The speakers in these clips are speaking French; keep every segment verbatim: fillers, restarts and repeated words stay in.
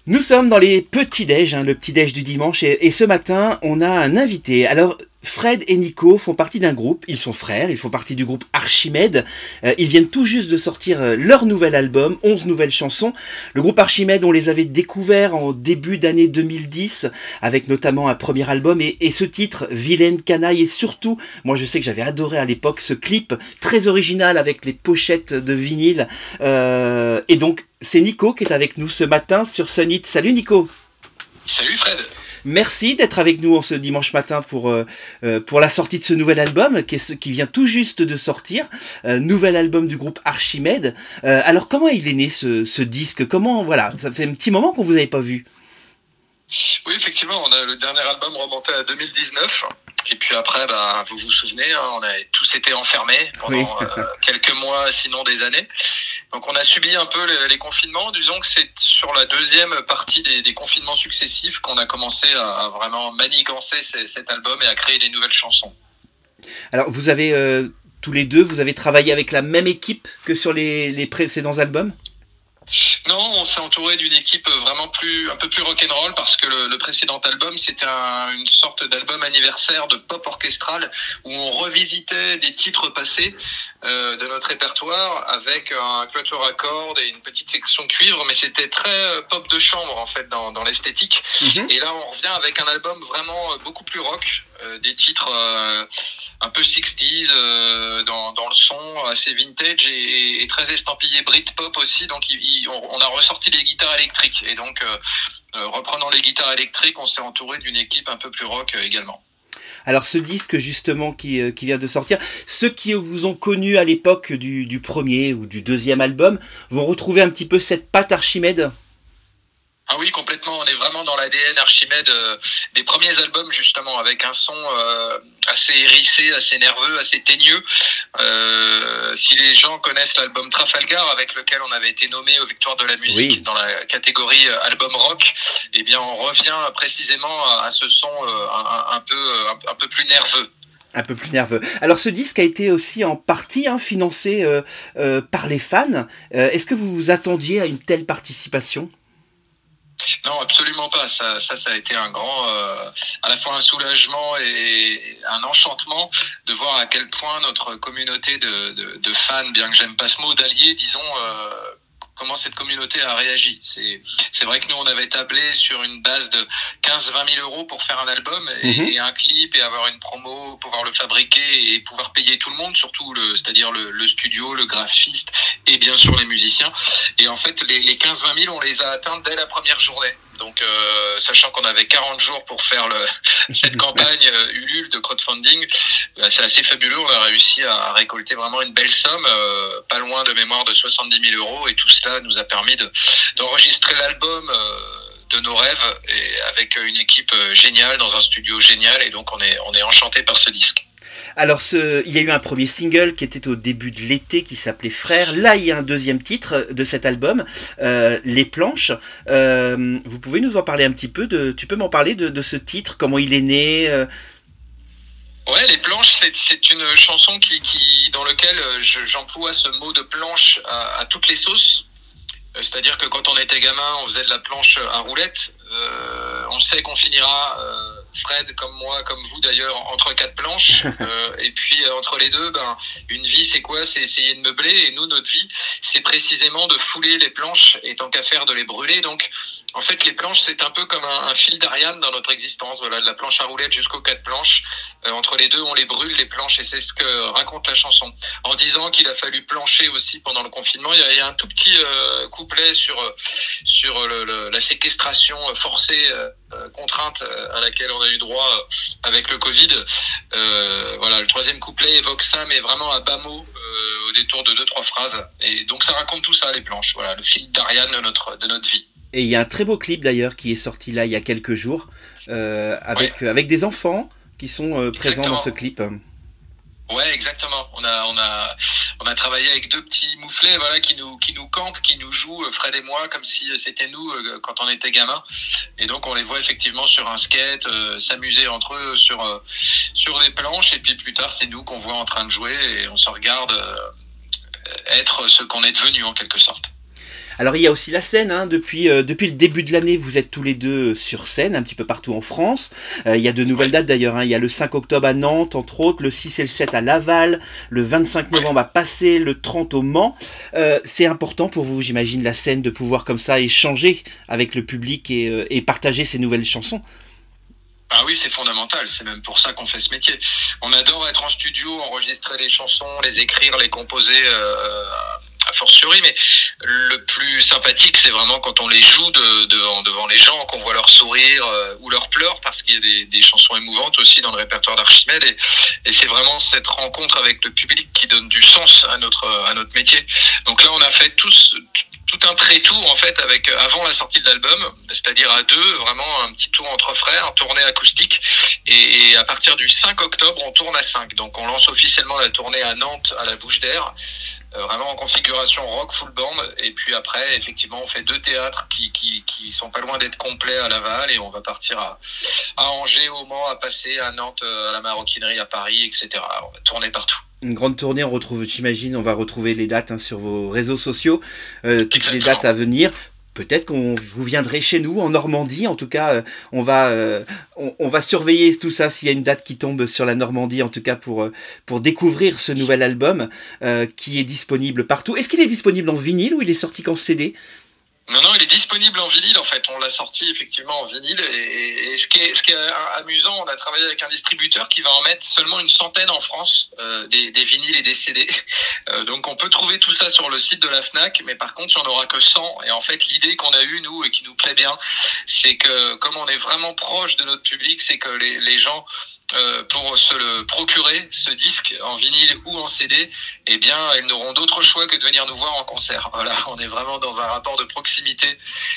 Nous sommes dans les petits-déj, hein, le petit-déj du dimanche, et, et ce matin, on a un invité. Alors, Fred et Nico font partie d'un groupe, ils sont frères, ils font partie du groupe Archimède. Euh, ils viennent tout juste de sortir euh, leur nouvel album, onze nouvelles chansons. Le groupe Archimède, on les avait découverts en début d'année deux mille dix, avec notamment un premier album, et, et ce titre, Vilaine Canaille, et surtout, moi je sais que j'avais adoré à l'époque ce clip, très original avec les pochettes de vinyle, euh, et donc c'est Nico qui est avec nous ce matin sur Sunit. Salut Nico. Salut Fred. Merci d'être avec nous en ce dimanche matin pour euh, pour la sortie de ce nouvel album qui, est, qui vient tout juste de sortir, euh, nouvel album du groupe Archimède. Euh, alors comment il est né ce, ce disque? Comment voilà, ça fait un petit moment qu'on vous avait pas vu. Oui, effectivement, on a le dernier album remonté à deux mille dix-neuf. Et puis après, bah, vous vous souvenez, hein, on a tous été enfermés pendant oui. euh, quelques mois, sinon des années. Donc on a subi un peu les, les confinements. Disons que c'est sur la deuxième partie des, des confinements successifs qu'on a commencé à, à vraiment manigancer ces, cet album et à créer des nouvelles chansons. Alors vous avez euh, tous les deux, vous avez travaillé avec la même équipe que sur les, les précédents albums ? Non, on s'est entouré d'une équipe vraiment plus, un peu plus rock'n'roll parce que le, le précédent album, c'était un, une sorte d'album anniversaire de pop orchestral où on revisitait des titres passés euh, de notre répertoire avec un quatuor à cordes et une petite section cuivre, mais c'était très pop de chambre en fait dans, dans l'esthétique. Mm-hmm. Et là, on revient avec un album vraiment beaucoup plus rock, euh, des titres euh, un peu sixties euh, dans, dans le son, assez vintage et, et très estampillé Britpop aussi, donc il, il on a ressorti les guitares électriques et donc euh, reprenant les guitares électriques, on s'est entouré d'une équipe un peu plus rock euh, également. Alors ce disque justement qui, euh, qui vient de sortir, ceux qui vous ont connu à l'époque du, du premier ou du deuxième album vont retrouver un petit peu cette patte Archimède. Ah oui, complètement. On est vraiment dans l'A D N Archimède euh, des premiers albums, justement, avec un son euh, assez hérissé, assez nerveux, assez teigneux. Euh, si les gens connaissent l'album Trafalgar, avec lequel on avait été nommé aux Victoires de la musique oui. dans la catégorie euh, album rock, eh bien, on revient précisément à, à ce son euh, un, un, peu, un, un peu plus nerveux. Un peu plus nerveux. Alors ce disque a été aussi en partie hein, financé euh, euh, par les fans. Euh, est-ce que vous vous attendiez à une telle participation ? Non, absolument pas. Ça, ça, ça a été un grand, euh, à la fois un soulagement et un enchantement de voir à quel point notre communauté de, de, de fans, bien que j'aime pas ce mot, d'alliés, disons, euh, comment cette communauté a réagi. C'est, c'est vrai que nous, on avait tablé sur une base de quinze à vingt mille euros pour faire un album et, mmh. et un clip et avoir une promo, pouvoir le fabriquer et pouvoir payer tout le monde, surtout le, c'est-à-dire le, le studio, le graphiste et bien sûr les musiciens. Et en fait, les, les quinze à vingt mille, on les a atteints dès la première journée. Donc, euh, sachant qu'on avait quarante jours pour faire le, cette campagne euh, Ulule de crowdfunding, bah, c'est assez fabuleux. On a réussi à récolter vraiment une belle somme, euh, pas loin de mémoire de soixante-dix mille euros. Et tout cela nous a permis de, d'enregistrer l'album euh, de nos rêves et avec une équipe euh, géniale dans un studio génial. Et donc, on est, on est enchanté par ce disque. Alors, ce, il y a eu un premier single qui était au début de l'été qui s'appelait Frères. Là, il y a un deuxième titre de cet album, euh, Les Planches. Euh, vous pouvez nous en parler un petit peu de, tu peux m'en parler de, de ce titre, comment il est né euh... Ouais, Les Planches, c'est, c'est une chanson qui, qui, dans laquelle je, j'emploie ce mot de planche à, à toutes les sauces. C'est-à-dire que quand on était gamin, on faisait de la planche à roulettes. Euh, on sait qu'on finira... Euh, Fred, comme moi, comme vous d'ailleurs, entre quatre planches. Euh, et puis euh, entre les deux, ben, une vie, c'est quoi ? C'est essayer de meubler. Et nous, notre vie, c'est précisément de fouler les planches et tant qu'à faire, de les brûler. Donc, en fait, les planches, c'est un peu comme un, un fil d'Ariane dans notre existence. Voilà, de la planche à roulettes jusqu'aux quatre planches. Euh, entre les deux, on les brûle, les planches. Et c'est ce que raconte la chanson. En disant qu'il a fallu plancher aussi pendant le confinement. Il y a, il y a un tout petit euh, couplet sur, sur le, le, la séquestration forcée, euh, contrainte à laquelle on a eu droit avec le Covid. Euh, voilà, le troisième couplet évoque ça, mais vraiment à bas mot, euh, au détour de deux, trois phrases. Et donc ça raconte tout ça, les planches. Voilà, le fil d'Ariane de notre, de notre vie. Et il y a un très beau clip d'ailleurs qui est sorti là il y a quelques jours, euh, avec, ouais. avec des enfants qui sont euh, présents Exactement. Dans ce clip. Ouais, exactement. On a, on a, on a travaillé avec deux petits mouflets, voilà, qui nous, qui nous campent, qui nous jouent, Fred et moi, comme si c'était nous euh, quand on était gamins. Et donc, on les voit effectivement sur un skate, euh, s'amuser entre eux sur, euh, sur des planches. Et puis plus tard, c'est nous qu'on voit en train de jouer et on se regarde euh, être ce qu'on est devenu en quelque sorte. Alors il y a aussi la scène, hein, depuis, euh, depuis le début de l'année, vous êtes tous les deux sur scène, un petit peu partout en France. Euh, il y a de nouvelles dates d'ailleurs, hein. Il y a le cinq octobre à Nantes, entre autres, le six et le sept à Laval, le vingt-cinq novembre à Passé, le trente au Mans. Euh, c'est important pour vous, j'imagine, la scène, de pouvoir comme ça échanger avec le public et, euh, et partager ces nouvelles chansons. Ah oui, c'est fondamental, c'est même pour ça qu'on fait ce métier. On adore être en studio, enregistrer les chansons, les écrire, les composer euh, a fortiori, mais le plus sympathique, c'est vraiment quand on les joue de, de, devant les gens, qu'on voit leur sourire euh, ou leurs pleurs, parce qu'il y a des, des chansons émouvantes aussi dans le répertoire d'Archimède, et, et c'est vraiment cette rencontre avec le public qui donne du sens à notre, à notre métier. Donc là, on a fait tous... tout un pré-tour en fait avec avant la sortie de l'album, c'est-à-dire à deux, vraiment un petit tour entre frères, tournée acoustique, et, et à partir du cinq octobre on tourne à cinq, donc on lance officiellement la tournée à Nantes à la Bouche d'Air, euh, vraiment en configuration rock full band, et puis après effectivement on fait deux théâtres qui, qui, qui sont pas loin d'être complets à Laval, et on va partir à, à Angers, au Mans, à Passé, à Nantes, à la Maroquinerie, à Paris, et cetera. On va tourner partout. Une grande tournée, on retrouve, j'imagine, on va retrouver les dates, hein, sur vos réseaux sociaux, euh, toutes Exactement. les dates à venir. Peut-être qu'on vous viendrez chez nous en Normandie. En tout cas, euh, on va euh, on, on va surveiller tout ça s'il y a une date qui tombe sur la Normandie. En tout cas, pour euh, pour découvrir ce nouvel album euh, qui est disponible partout. Est-ce qu'il est disponible en vinyle ou il est sorti qu'en C D ? Non, non, il est disponible en vinyle, en fait. On l'a sorti effectivement en vinyle. Et, et ce, qui est, ce qui est amusant, on a travaillé avec un distributeur qui va en mettre seulement une centaine en France, euh, des, des vinyles et des C D. Euh, donc on peut trouver tout ça sur le site de la Fnac, mais par contre, il n'y en aura que cent. Et en fait, l'idée qu'on a eue, nous, et qui nous plaît bien, c'est que comme on est vraiment proche de notre public, c'est que les, les gens... Euh, pour se le procurer, ce disque en vinyle ou en C D, eh bien, ils n'auront d'autre choix que de venir nous voir en concert. Voilà, on est vraiment dans un rapport de proximité,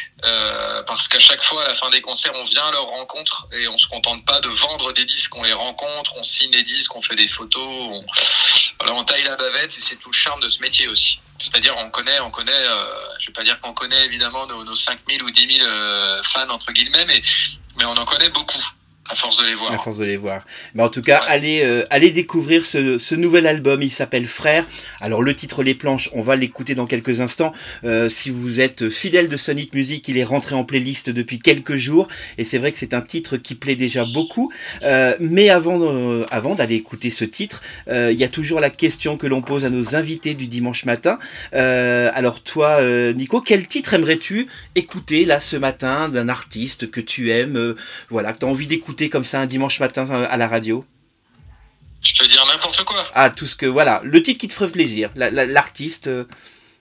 euh, parce qu'à chaque fois, à la fin des concerts, on vient à leur rencontre et on se contente pas de vendre des disques, on les rencontre, on signe les disques, on fait des photos, on, voilà, on taille la bavette, et c'est tout le charme de ce métier aussi. C'est-à-dire, on connaît, on connaît, euh, je vais pas dire qu'on connaît évidemment nos, nos cinq mille ou dix mille euh, fans entre guillemets, mais, mais on en connaît beaucoup. À force de les voir. À force de les voir. Mais en tout cas, ouais. allez, euh, allez découvrir ce, ce nouvel album. Il s'appelle Frères. Alors le titre Les Planches, on va l'écouter dans quelques instants. Euh, si vous êtes fidèle de Sonic Music, il est rentré en playlist depuis quelques jours. Et c'est vrai que c'est un titre qui plaît déjà beaucoup. Euh, mais avant, euh, avant d'aller écouter ce titre, euh, il y a toujours la question que l'on pose à nos invités du dimanche matin. Euh, alors toi, euh, Nico, quel titre aimerais-tu écouter là ce matin d'un artiste que tu aimes, euh, voilà, que tu as envie d'écouter comme ça un dimanche matin à la radio? Je peux dire n'importe quoi. Ah, tout ce que, voilà, le titre qui te ferait plaisir, la, la, l'artiste. Euh...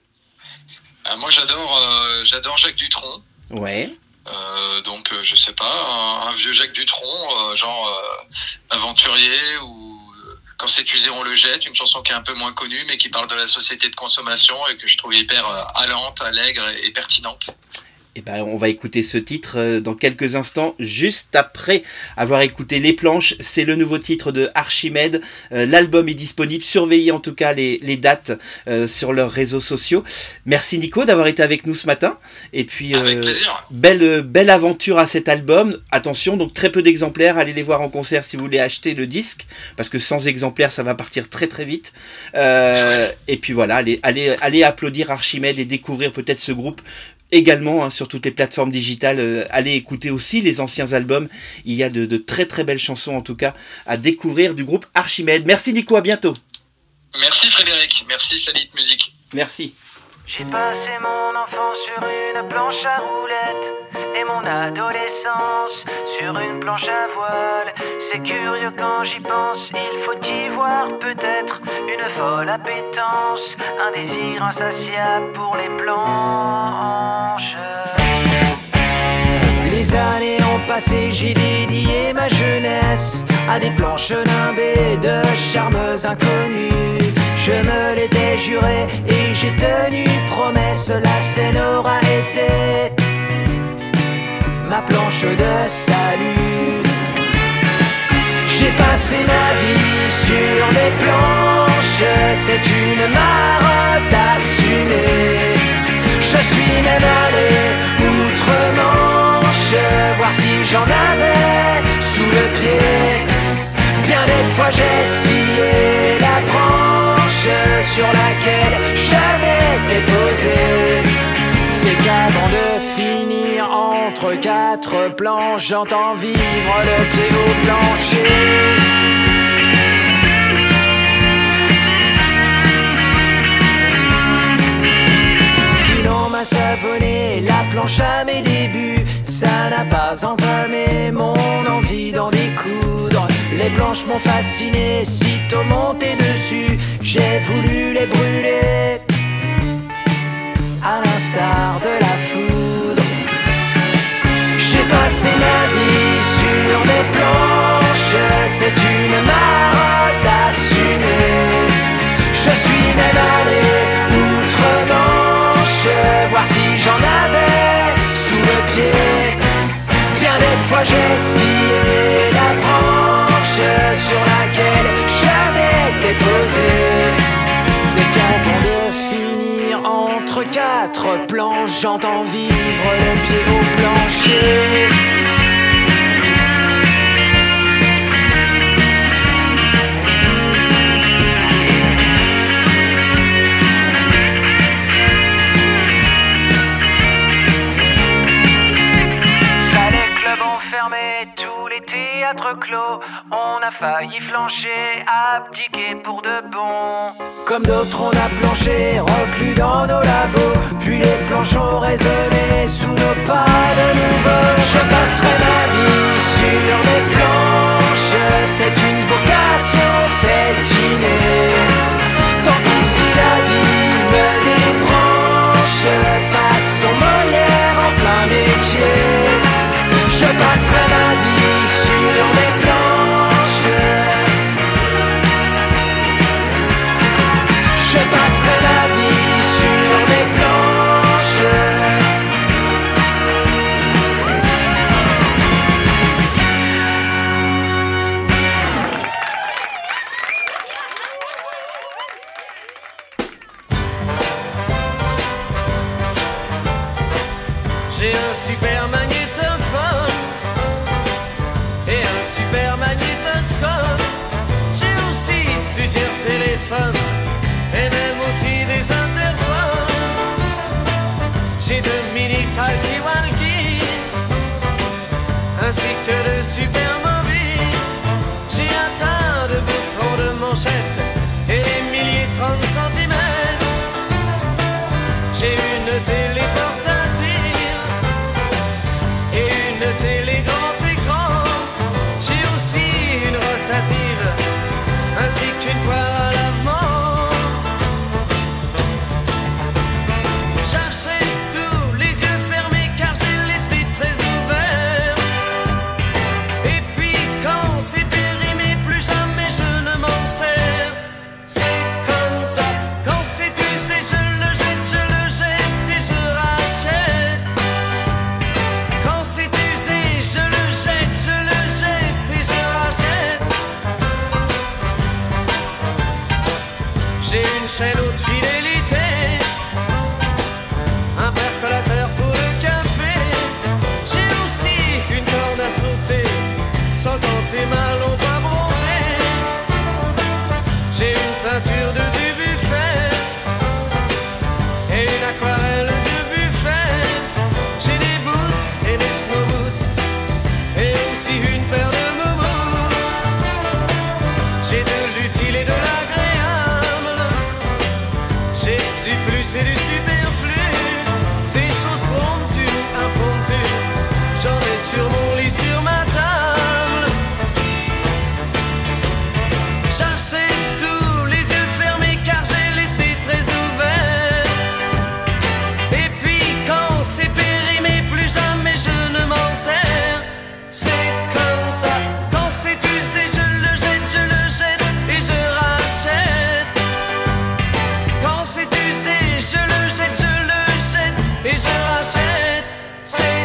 Euh, moi j'adore, euh, j'adore Jacques Dutronc. Ouais. Euh, donc euh, je sais pas, un, un vieux Jacques Dutronc, euh, genre euh, aventurier, ou euh, Quand c'est usé on le jette, une chanson qui est un peu moins connue mais qui parle de la société de consommation et que je trouve hyper euh, allante, allègre et, et pertinente. Eh ben, on va écouter ce titre dans quelques instants, juste après avoir écouté Les Planches. C'est le nouveau titre de Archimède. Euh, l'album est disponible. Surveillez en tout cas les, les dates euh, sur leurs réseaux sociaux. Merci Nico d'avoir été avec nous ce matin. Et puis, avec euh, plaisir. Belle, belle aventure à cet album. Attention, donc très peu d'exemplaires. Allez les voir en concert si vous voulez acheter le disque. Parce que sans exemplaires, ça va partir très très vite. Euh, ouais. Et puis voilà, allez, allez, allez applaudir Archimède et découvrir peut-être ce groupe. Également, hein, sur toutes les plateformes digitales, euh, allez écouter aussi les anciens albums. Il y a de, de très très belles chansons en tout cas à découvrir du groupe Archimède. Merci Nico, à bientôt. Merci Frédéric, merci Sonic Music. Merci. J'ai passé mon enfance sur une planche à roulettes et mon adolescence sur une planche à voile. C'est curieux quand j'y pense, il faut y voir peut-être une folle appétence, un désir insatiable pour les planches. Les années ont passé, j'ai dédié ma jeunesse à des planches nimbées de charmes inconnus. Je me l'étais juré et j'ai tenu promesse, la scène aura été ma planche de salut. J'ai passé ma vie sur les planches, c'est une marotte assumée. Je suis même allé outre-Manche, voir si j'en avais sous le pied. Bien des fois j'ai scié la branche sur laquelle je m'étais posé. C'est qu'avant de finir entre quatre planches, j'entends vivre le pied au plancher. Sinon m'a savonné la planche à mes débuts, ça n'a pas entamé mon envie d'en découdre. Les planches m'ont fasciné, sitôt monté dessus, j'ai voulu les brûler à l'instar de la foudre. J'ai passé ma vie sur des planches, c'est une marotte assumée. Je suis même allé outre-Manche, voir si j'en avais sous le pied. Bien des fois j'ai scié la branche sur laquelle j'avais été posé. C'est qu'avant de finir entre quatre planches, j'entends vivre le pied au plancher. Tous les théâtres clos, on a failli flancher, abdiquer pour de bon. Comme d'autres on a planché, reclus dans nos labos, puis les planches ont résonné sous nos pas de nouveau. Je passerai ma vie sur les planches, c'est une vocation, c'est inné. Tant pis si la vie me débranche, façon Molière en plein métier. Je passerai ma vie sur les planches. Je passerai ma vie sur les planches. J'ai un super magnétophone et un super magnétoscope. J'ai aussi plusieurs téléphones et même aussi des interphones. J'ai deux mini talkie-walkie ainsi que de super mobiles. J'ai un tas de boutons de manchette et des milliers de trente centimètres. J'ai une télé portative et une télé grand écran. J'ai aussi une rotative ainsi qu'une poire à lavement. J'achète tout les yeux fermés car j'ai l'esprit très ouvert. Et puis quand c'est périmé, plus jamais je ne m'en sers. C'est comme ça, quand c'est usé je le jette, je le jette et je rachète. Quand c'est usé je le jette, je le jette et je rachète. J'ai une chaîne haute fidélité, un percolateur pour le café. J'ai aussi une corde à sauter, sans compter ma lampe à bronzer. J'ai une peinture de du buffet et une aquarelle de buffet. J'ai des boots et des snow boots et aussi une paire de moumous. J'ai de l'utile et de l'agréable, j'ai du plus et du superflu, des choses promptues ou impromptues. J'en ai sur mon lit, sur ma table. J'achète tout les yeux fermés car j'ai l'esprit très ouvert. Et puis quand c'est périmé, plus jamais je ne m'en sers. C'est comme ça, quand c'est usé je le jette, je le jette et je rachète. Quand c'est usé je le jette, je le jette et je rachète. C'est